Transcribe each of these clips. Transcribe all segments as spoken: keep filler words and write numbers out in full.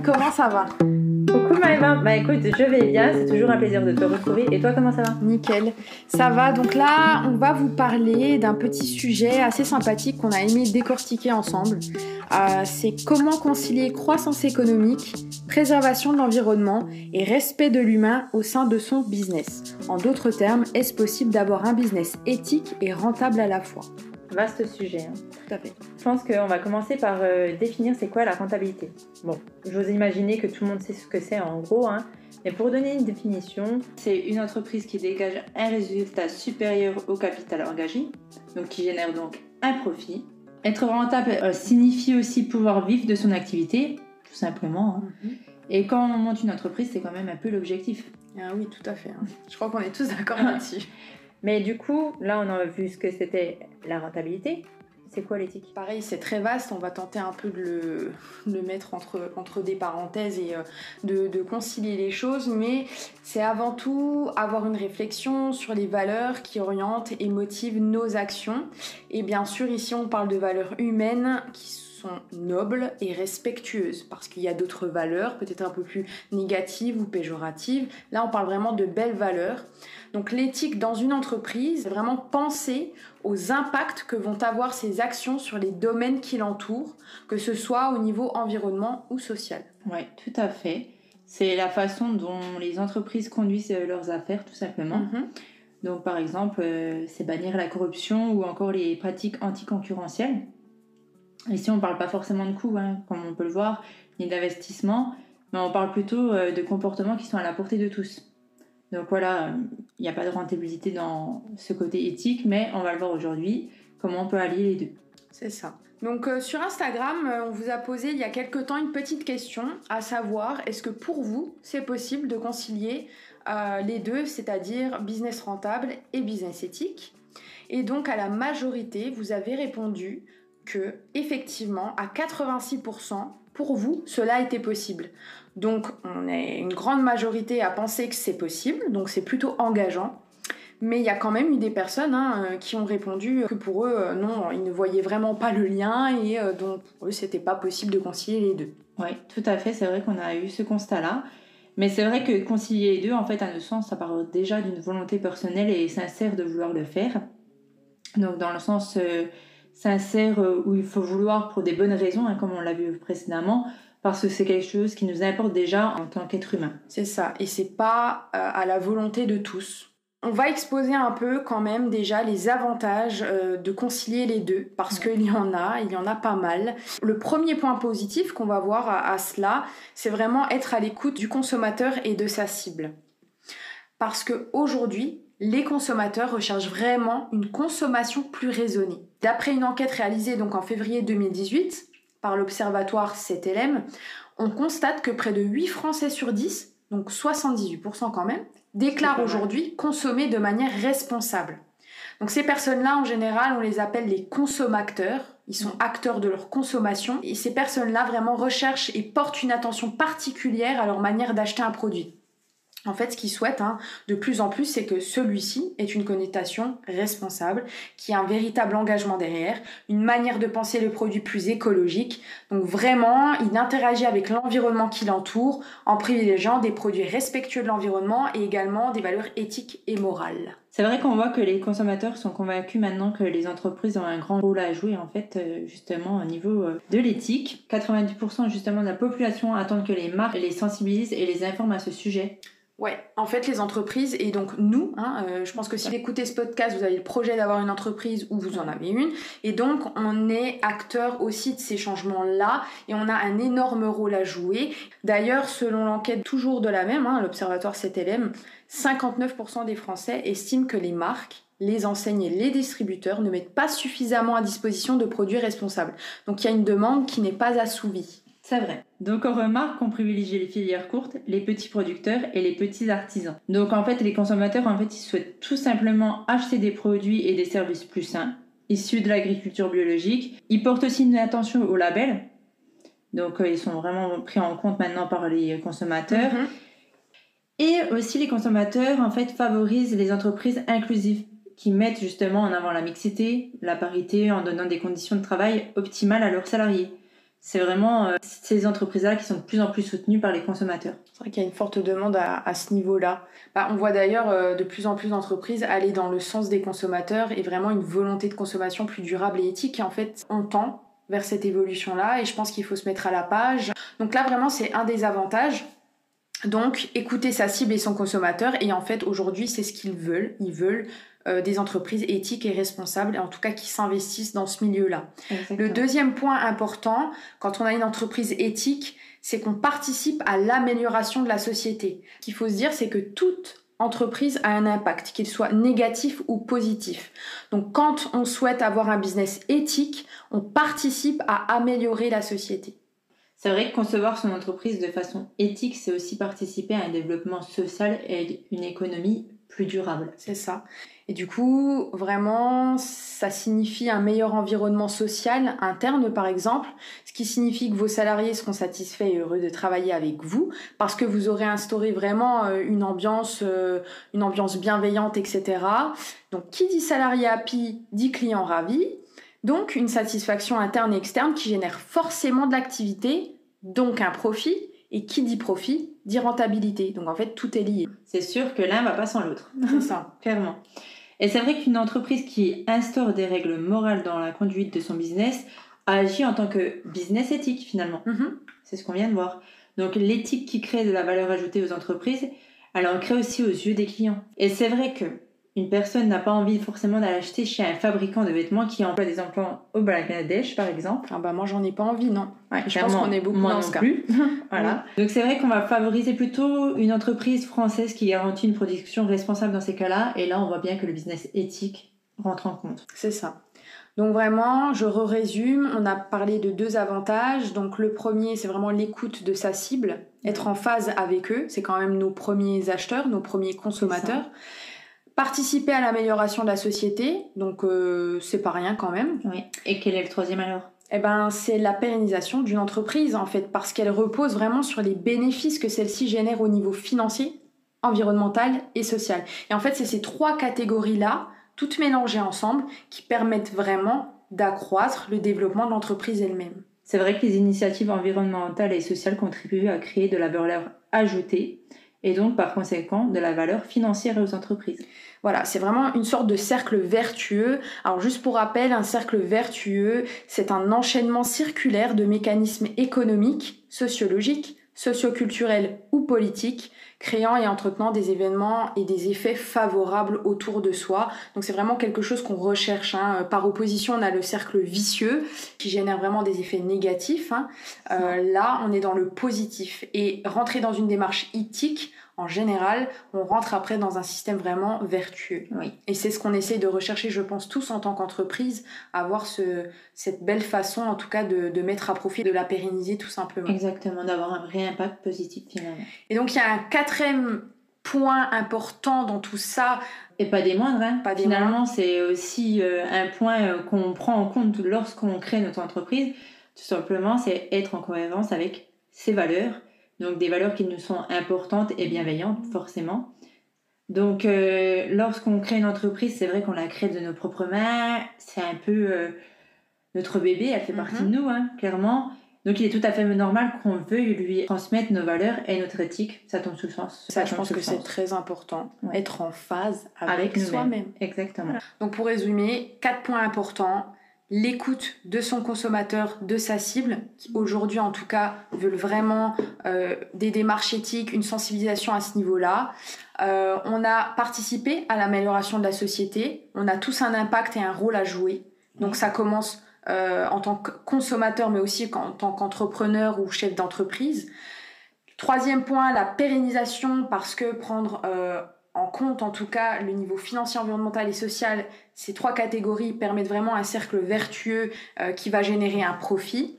comment ça va? Coucou Maëva, bah écoute, je vais bien, c'est toujours un plaisir de te retrouver. Et toi, comment ça va? Nickel, ça va. Donc là, on va vous parler d'un petit sujet assez sympathique qu'on a aimé décortiquer ensemble. Euh, c'est comment concilier croissance économique, préservation de l'environnement et respect de l'humain au sein de son business. En d'autres termes, est-ce possible d'avoir un business éthique et rentable à la fois? Vaste sujet. Hein. Tout à fait. Je pense qu'on va commencer par euh, définir c'est quoi la rentabilité. Bon, j'ose imaginer que tout le monde sait ce que c'est en gros, hein, mais pour donner une définition, c'est une entreprise qui dégage un résultat supérieur au capital engagé, donc qui génère donc un profit. Être rentable euh, signifie aussi pouvoir vivre de son activité, tout simplement. Hein. Mm-hmm. Et quand on monte une entreprise, c'est quand même un peu l'objectif. Ah oui, tout à fait. Hein. Je crois qu'on est tous d'accord là-dessus. Mais du coup, là, on a vu ce que c'était la rentabilité. C'est quoi l'éthique? Pareil, c'est très vaste. On va tenter un peu de le, de le mettre entre, entre des parenthèses et euh, de, de concilier les choses. Mais c'est avant tout avoir une réflexion sur les valeurs qui orientent et motivent nos actions. Et bien sûr, ici, on parle de valeurs humaines qui sont nobles et respectueuses. Parce qu'il y a d'autres valeurs, peut-être un peu plus négatives ou péjoratives. Là, on parle vraiment de belles valeurs. Donc l'éthique dans une entreprise, c'est vraiment penser aux impacts que vont avoir ces actions sur les domaines qui l'entourent, que ce soit au niveau environnement ou social. Oui, tout à fait. C'est la façon dont les entreprises conduisent leurs affaires, tout simplement. Mm-hmm. Donc par exemple, euh, c'est bannir la corruption ou encore les pratiques anticoncurrentielles. Ici, on ne parle pas forcément de coûts, hein, comme on peut le voir, ni d'investissement, mais on parle plutôt euh, de comportements qui sont à la portée de tous. Donc voilà, il n'y a pas de rentabilité dans ce côté éthique, mais on va le voir aujourd'hui, comment on peut allier les deux. C'est ça. Donc euh, sur Instagram, euh, on vous a posé il y a quelque temps une petite question, à savoir, est-ce que pour vous, c'est possible de concilier euh, les deux, c'est-à-dire business rentable et business éthique? Et donc à la majorité, vous avez répondu que, effectivement, à quatre-vingt-six pour cent, pour vous, cela était possible. Donc, on est une grande majorité à penser que c'est possible, donc c'est plutôt engageant. Mais il y a quand même eu des personnes hein, qui ont répondu que pour eux, euh, non, ils ne voyaient vraiment pas le lien et euh, donc pour eux, c'était pas possible de concilier les deux. Oui, tout à fait, c'est vrai qu'on a eu ce constat-là. Mais c'est vrai que concilier les deux, en fait, à notre sens, ça part déjà d'une volonté personnelle et sincère de vouloir le faire. Donc, dans le sens euh, sincère euh, où il faut vouloir pour des bonnes raisons, hein, comme on l'a vu précédemment, parce que c'est quelque chose qui nous importe déjà en tant qu'être humain. C'est ça, et c'est pas euh, à la volonté de tous. On va exposer un peu quand même déjà les avantages euh, de concilier les deux, parce qu'il y en a, il y en a pas mal. Le premier point positif qu'on va voir à, à cela, c'est vraiment être à l'écoute du consommateur et de sa cible. Parce qu'aujourd'hui, les consommateurs recherchent vraiment une consommation plus raisonnée. D'après une enquête réalisée donc en février deux mille dix-huit, par l'observatoire sept L M, on constate que près de huit Français sur dix, donc soixante-dix-huit pour cent quand même, déclarent aujourd'hui consommer de manière responsable. Donc ces personnes-là, en général, on les appelle les consommateurs. Ils sont acteurs de leur consommation. Et ces personnes-là vraiment recherchent et portent une attention particulière à leur manière d'acheter un produit. En fait, ce qu'ils souhaitent hein, de plus en plus, c'est que celui-ci ait une connotation responsable, qu'il y ait un véritable engagement derrière, une manière de penser le produit plus écologique. Donc vraiment, il interagit avec l'environnement qui l'entoure en privilégiant des produits respectueux de l'environnement et également des valeurs éthiques et morales. C'est vrai qu'on voit que les consommateurs sont convaincus maintenant que les entreprises ont un grand rôle à jouer en fait justement au niveau de l'éthique. quatre-vingt-dix pour cent justement de la population attendent que les marques les sensibilisent et les informent à ce sujet. Ouais, en fait les entreprises et donc nous, hein, euh, je pense que si vous écoutez ce podcast, vous avez le projet d'avoir une entreprise ou vous en avez une et donc on est acteur aussi de ces changements-là et on a un énorme rôle à jouer. D'ailleurs, selon l'enquête toujours de la même, hein, l'observatoire sept L M, cinquante-neuf pour cent des Français estiment que les marques, les enseignes et les distributeurs ne mettent pas suffisamment à disposition de produits responsables. Donc il y a une demande qui n'est pas assouvie. C'est vrai. Donc on remarque qu'on privilégie les filières courtes, les petits producteurs et les petits artisans. Donc en fait les consommateurs en fait ils souhaitent tout simplement acheter des produits et des services plus sains, issus de l'agriculture biologique. Ils portent aussi une attention aux labels. Donc euh, ils sont vraiment pris en compte maintenant par les consommateurs. Mm-hmm. Et aussi les consommateurs en fait favorisent les entreprises inclusives qui mettent justement en avant la mixité, la parité en donnant des conditions de travail optimales à leurs salariés. c'est vraiment euh, ces entreprises-là qui sont de plus en plus soutenues par les consommateurs. C'est vrai qu'il y a une forte demande à, à ce niveau-là. Bah, on voit d'ailleurs euh, de plus en plus d'entreprises aller dans le sens des consommateurs et vraiment une volonté de consommation plus durable et éthique. Et en fait, on tend vers cette évolution-là et je pense qu'il faut se mettre à la page. Donc là, vraiment, c'est un des avantages. Donc, écouter sa cible et son consommateur. Et en fait, aujourd'hui, c'est ce qu'ils veulent. Ils veulent euh, des entreprises éthiques et responsables, et en tout cas qui s'investissent dans ce milieu-là. Exactement. Le deuxième point important, quand on a une entreprise éthique, c'est qu'on participe à l'amélioration de la société. Ce qu'il faut se dire, c'est que toute entreprise a un impact, qu'il soit négatif ou positif. Donc, quand on souhaite avoir un business éthique, on participe à améliorer la société. C'est vrai que concevoir son entreprise de façon éthique, c'est aussi participer à un développement social et une économie plus durable. C'est ça. Et du coup, vraiment, ça signifie un meilleur environnement social interne, par exemple, ce qui signifie que vos salariés seront satisfaits et heureux de travailler avec vous, parce que vous aurez instauré vraiment une ambiance, une ambiance bienveillante, et cetera. Donc, qui dit salarié happy, dit client ravi. Donc, une satisfaction interne et externe qui génère forcément de l'activité, donc un profit. Et qui dit profit, dit rentabilité. Donc, en fait, tout est lié. C'est sûr que l'un ne va pas sans l'autre. C'est ça. Clairement. Et c'est vrai qu'une entreprise qui instaure des règles morales dans la conduite de son business agit en tant que business éthique, finalement. Mm-hmm. C'est ce qu'on vient de voir. Donc, l'éthique qui crée de la valeur ajoutée aux entreprises, elle en crée aussi aux yeux des clients. Et c'est vrai que une personne n'a pas envie forcément d'aller acheter chez un fabricant de vêtements qui emploie des emplois au Bangladesh, par exemple. Ah bah moi, j'en ai pas envie, non. Ouais, je pense qu'on est beaucoup moi dans non ce cas. Plus. Voilà. Oui. Donc c'est vrai qu'on va favoriser plutôt une entreprise française qui garantit une production responsable dans ces cas-là. Et là, on voit bien que le business éthique rentre en compte. C'est ça. Donc vraiment, je résume, on a parlé de deux avantages. Donc le premier, c'est vraiment l'écoute de sa cible, être en phase avec eux. C'est quand même nos premiers acheteurs, nos premiers consommateurs. Participer à l'amélioration de la société, donc euh, c'est pas rien quand même. Oui. Et quel est le troisième alors ? Eh ben, c'est la pérennisation d'une entreprise en fait, parce qu'elle repose vraiment sur les bénéfices que celle-ci génère au niveau financier, environnemental et social. Et en fait, c'est ces trois catégories-là, toutes mélangées ensemble, qui permettent vraiment d'accroître le développement de l'entreprise elle-même. C'est vrai que les initiatives environnementales et sociales contribuent à créer de la valeur ajoutée, et donc par conséquent de la valeur financière aux entreprises. Voilà, c'est vraiment une sorte de cercle vertueux. Alors juste pour rappel, un cercle vertueux, c'est un enchaînement circulaire de mécanismes économiques, sociologiques, socioculturels ou politiques, créant et entretenant des événements et des effets favorables autour de soi. Donc c'est vraiment quelque chose qu'on recherche. Hein. Par opposition, on a le cercle vicieux qui génère vraiment des effets négatifs. Hein. Euh, là, on est dans le positif. Et rentrer dans une démarche éthique, en général, on rentre après dans un système vraiment vertueux. Oui. Et c'est ce qu'on essaie de rechercher, je pense, tous en tant qu'entreprise, avoir ce, cette belle façon, en tout cas, de, de mettre à profit, de la pérenniser tout simplement. Exactement, d'avoir un vrai impact positif finalement. Et donc, il y a un quatrième point important dans tout ça. Et pas des moindres, hein. Pas des finalement, moindres. C'est aussi euh, un point euh, qu'on prend en compte lorsqu'on crée notre entreprise. Tout simplement, c'est être en cohérence avec ses valeurs. Donc des valeurs qui nous sont importantes et bienveillantes, forcément. Donc euh, lorsqu'on crée une entreprise, c'est vrai qu'on la crée de nos propres mains. C'est un peu euh, notre bébé, elle fait mm-hmm. partie de nous, hein, clairement. Donc il est tout à fait normal qu'on veuille lui transmettre nos valeurs et notre éthique. Ça tombe sous le sens. Ça, ça je pense que c'est très important. Ouais. Être en phase avec, avec soi-même. Exactement. Voilà. Donc pour résumer, quatre points importants. L'écoute de son consommateur, de sa cible, qui aujourd'hui en tout cas veulent vraiment euh, des démarches éthiques, une sensibilisation à ce niveau-là. Euh, on a participé à l'amélioration de la société, on a tous un impact et un rôle à jouer. Donc ça commence euh, en tant que consommateur, mais aussi en tant qu'entrepreneur ou chef d'entreprise. Troisième point, la pérennisation, parce que prendre... Euh, en compte en tout cas le niveau financier, environnemental et social, ces trois catégories permettent vraiment un cercle vertueux euh, qui va générer un profit.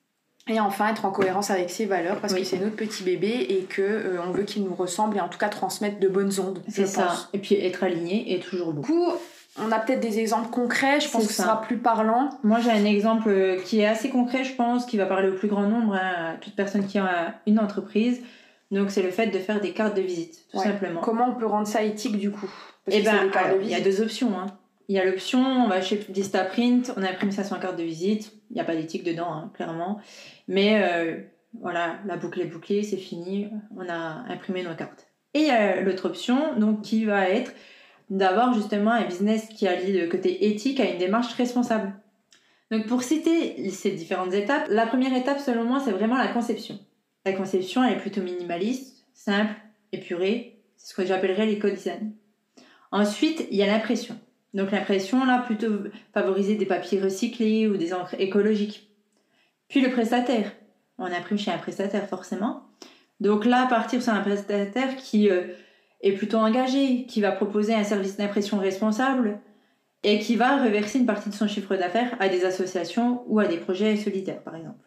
Et enfin, être en cohérence avec ses valeurs, parce oui. que c'est notre petit bébé et qu'on euh, veut qu'il nous ressemble et en tout cas transmettre de bonnes ondes. C'est ça, pense. Et puis être aligné est toujours beau. Du coup, on a peut-être des exemples concrets, je pense c'est que ça. Ce sera plus parlant. Moi j'ai un exemple qui est assez concret, je pense, qui va parler au plus grand nombre, hein, à toute personne qui a une entreprise. Donc, c'est le fait de faire des cartes de visite, tout ouais. simplement. Comment on peut rendre ça éthique, du coup ? Eh bien, il y a deux options. Hein. Il y a l'option, on va chez Vistaprint, on imprime ça sur une carte de visite. Il n'y a pas d'éthique dedans, hein, clairement. Mais euh, voilà, la boucle est bouclée, c'est fini, on a imprimé nos cartes. Et il y a l'autre option, donc, qui va être d'avoir justement un business qui allie le côté éthique à une démarche responsable. Donc pour citer ces différentes étapes, la première étape selon moi c'est vraiment la conception. La conception elle est plutôt minimaliste, simple, épurée, c'est ce que j'appellerais l'éco-design. Ensuite il y a l'impression. Donc l'impression là plutôt favoriser des papiers recyclés ou des encres écologiques. Puis le prestataire, on imprime chez un prestataire forcément. Donc là partir sur un prestataire qui euh, est plutôt engagé, qui va proposer un service d'impression responsable et qui va reverser une partie de son chiffre d'affaires à des associations ou à des projets solidaires, par exemple.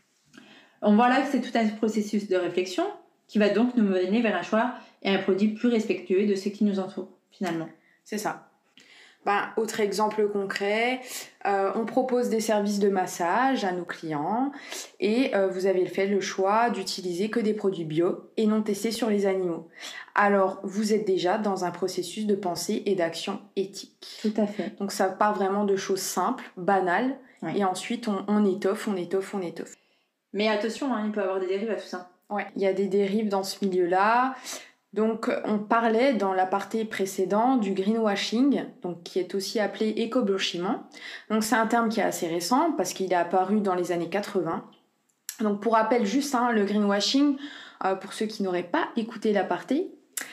On voit là que c'est tout un processus de réflexion qui va donc nous mener vers un choix et un produit plus respectueux de ce qui nous entoure, finalement. C'est ça. Ben, autre exemple concret, euh, on propose des services de massage à nos clients et euh, vous avez fait le choix d'utiliser que des produits bio et non testés sur les animaux. Alors, vous êtes déjà dans un processus de pensée et d'action éthique. Tout à fait. Donc, ça part vraiment de choses simples, banales, ouais. Et ensuite, on, on étoffe, on étoffe, on étoffe. Mais attention, hein, il peut y avoir des dérives à tout ça. Ouais, il y a des dérives dans ce milieu-là. Donc, on parlait dans la partie précédente du greenwashing, donc qui est aussi appelé éco-blanchiment. Donc, c'est un terme qui est assez récent parce qu'il est apparu dans les années quatre-vingts. Donc, pour rappel, juste hein, le greenwashing, euh, pour ceux qui n'auraient pas écouté la partie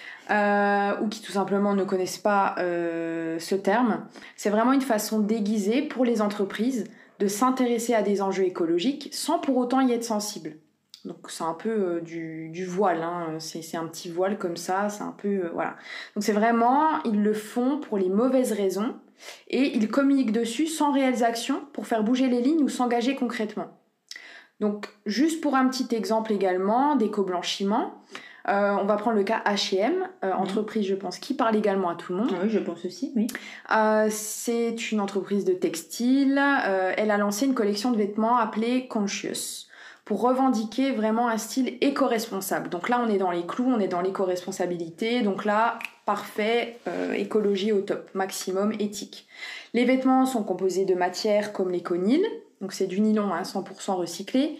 euh, ou qui tout simplement ne connaissent pas euh, ce terme, c'est vraiment une façon déguisée pour les entreprises de s'intéresser à des enjeux écologiques sans pour autant y être sensibles. Donc c'est un peu euh, du, du voile, hein. c'est, c'est un petit voile comme ça, c'est un peu... Euh, voilà. Donc c'est vraiment, ils le font pour les mauvaises raisons et ils communiquent dessus sans réelles actions pour faire bouger les lignes ou s'engager concrètement. Donc juste pour un petit exemple également d'éco-blanchiment, euh, on va prendre le cas H et M, euh, entreprise je pense qui parle également à tout le monde. Oui, je pense aussi, oui. Euh, c'est une entreprise de textile, euh, elle a lancé une collection de vêtements appelée Conscious, pour revendiquer vraiment un style éco-responsable. Donc là, on est dans les clous, on est dans l'éco-responsabilité. Donc là, parfait, euh, écologie au top, maximum éthique. Les vêtements sont composés de matières comme l'éconyle, donc c'est du nylon hein, cent pour cent recyclé,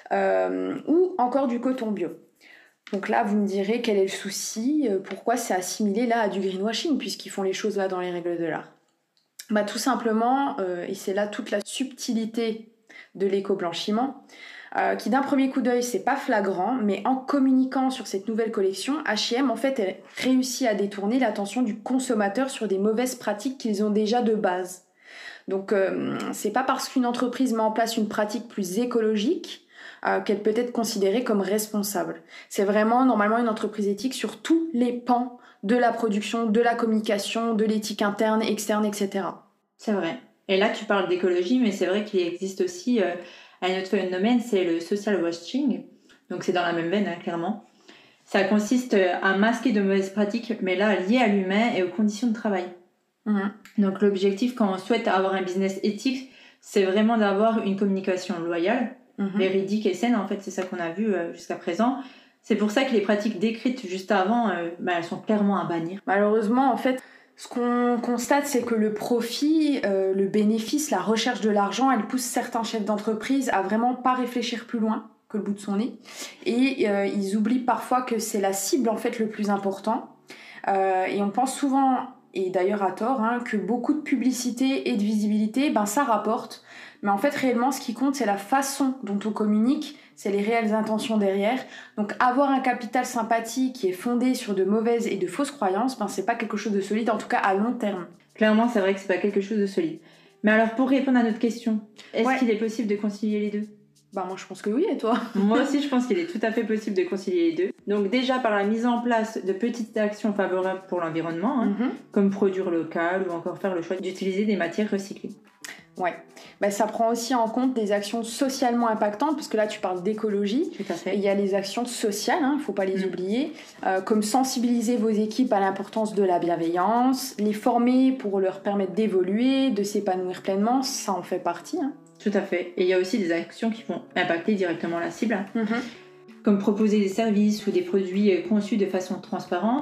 euh, ou encore du coton bio. Donc là, vous me direz quel est le souci, euh, pourquoi c'est assimilé là à du greenwashing, puisqu'ils font les choses là dans les règles de l'art. Bah, tout simplement, euh, et c'est là toute la subtilité de l'éco-blanchiment, Euh, qui d'un premier coup d'œil c'est pas flagrant, mais en communiquant sur cette nouvelle collection, H et M en fait elle réussit à détourner l'attention du consommateur sur des mauvaises pratiques qu'ils ont déjà de base. Donc euh, c'est pas parce qu'une entreprise met en place une pratique plus écologique euh, qu'elle peut être considérée comme responsable. C'est vraiment normalement une entreprise éthique sur tous les pans de la production, de la communication, de l'éthique interne, externe, et cetera. C'est vrai. Et là tu parles d'écologie, mais c'est vrai qu'il existe aussi euh... un autre phénomène, c'est le social washing. Donc c'est dans la même veine, hein, clairement. Ça consiste à masquer de mauvaises pratiques, mais là liées à l'humain et aux conditions de travail. Mmh. Donc l'objectif, quand on souhaite avoir un business éthique, c'est vraiment d'avoir une communication loyale, mmh. véridique et saine. En fait, c'est ça qu'on a vu euh, jusqu'à présent. C'est pour ça que les pratiques décrites juste avant, euh, bah, elles sont clairement à bannir. Malheureusement, en fait, ce qu'on constate, c'est que le profit, euh, le bénéfice, la recherche de l'argent, elle pousse certains chefs d'entreprise à vraiment pas réfléchir plus loin que le bout de son nez. Et euh, ils oublient parfois que c'est la cible, en fait, le plus important. Euh, et on pense souvent, et d'ailleurs à tort, hein, que beaucoup de publicité et de visibilité, ben, ça rapporte. Mais en fait, réellement, ce qui compte, c'est la façon dont on communique, c'est les réelles intentions derrière. Donc avoir un capital sympathie qui est fondé sur de mauvaises et de fausses croyances, ben, c'est pas quelque chose de solide, en tout cas à long terme. Clairement, c'est vrai que c'est pas quelque chose de solide. Mais alors, pour répondre à notre question, est-ce ouais. qu'il est possible de concilier les deux ? Bah moi je pense que oui, et toi ? Moi aussi je pense qu'il est tout à fait possible de concilier les deux. Donc déjà par la mise en place de petites actions favorables pour l'environnement, hein, mm-hmm. comme produire local ou encore faire le choix d'utiliser des matières recyclées. Ouais, bah, ça prend aussi en compte des actions socialement impactantes, parce que là tu parles d'écologie. Tout à fait. Il y a les actions sociales, il hein, ne faut pas les mmh. oublier, euh, comme sensibiliser vos équipes à l'importance de la bienveillance, les former pour leur permettre d'évoluer, de s'épanouir pleinement, ça en fait partie. Hein. Tout à fait. Et il y a aussi des actions qui vont impacter directement la cible, mmh. comme proposer des services ou des produits conçus de façon transparente,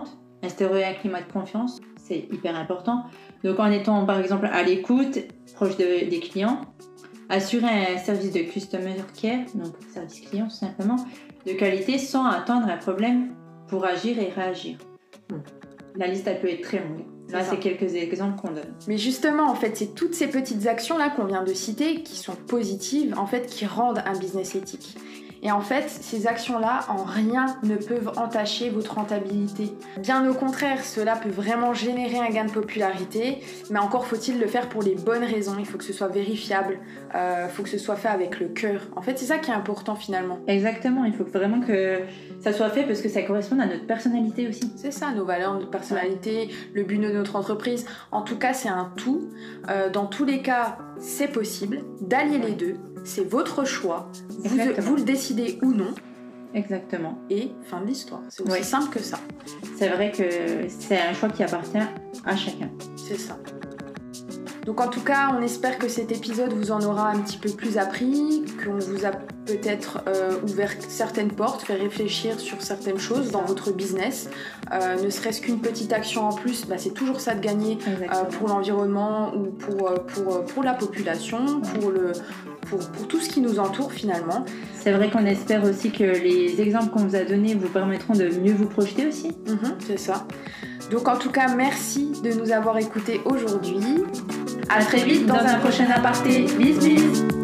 instaurer un climat de confiance, c'est hyper important. Donc en étant par exemple à l'écoute, proche de, des clients, assurer un service de customer care, donc service client tout simplement, de qualité sans attendre un problème pour agir et réagir. Bon, la liste elle peut être très longue. Là, c'est, c'est quelques exemples qu'on donne. Mais justement, en fait, c'est toutes ces petites actions-là qu'on vient de citer qui sont positives, en fait, qui rendent un business éthique. Et en fait, ces actions-là, en rien ne peuvent entacher votre rentabilité. Bien au contraire, cela peut vraiment générer un gain de popularité, mais encore faut-il le faire pour les bonnes raisons. Il faut que ce soit vérifiable, il euh, faut que ce soit fait avec le cœur. En fait, c'est ça qui est important finalement. Exactement, il faut vraiment que ça soit fait parce que ça correspond à notre personnalité aussi. C'est ça, nos valeurs, notre personnalité, le but de notre entreprise. En tout cas, c'est un tout. Euh, dans tous les cas, c'est possible d'allier les deux. C'est votre choix, vous, vous le décidez ou non. Exactement. Et fin de l'histoire, c'est aussi oui. simple que ça. C'est vrai que c'est un choix qui appartient à chacun. C'est ça. Donc en tout cas, on espère que cet épisode vous en aura un petit peu plus appris, qu'on vous a peut-être euh, ouvert certaines portes, fait réfléchir sur certaines choses dans votre business. Euh, ne serait-ce qu'une petite action en plus, bah, c'est toujours ça de gagner euh, pour l'environnement ou pour, pour, pour la population, pour, le, pour, pour tout ce qui nous entoure finalement. C'est vrai qu'on espère aussi que les exemples qu'on vous a donnés vous permettront de mieux vous projeter aussi. Mmh, c'est ça. Donc en tout cas, merci de nous avoir écoutés aujourd'hui. À très vite dans un prochain aparté. Bis bis.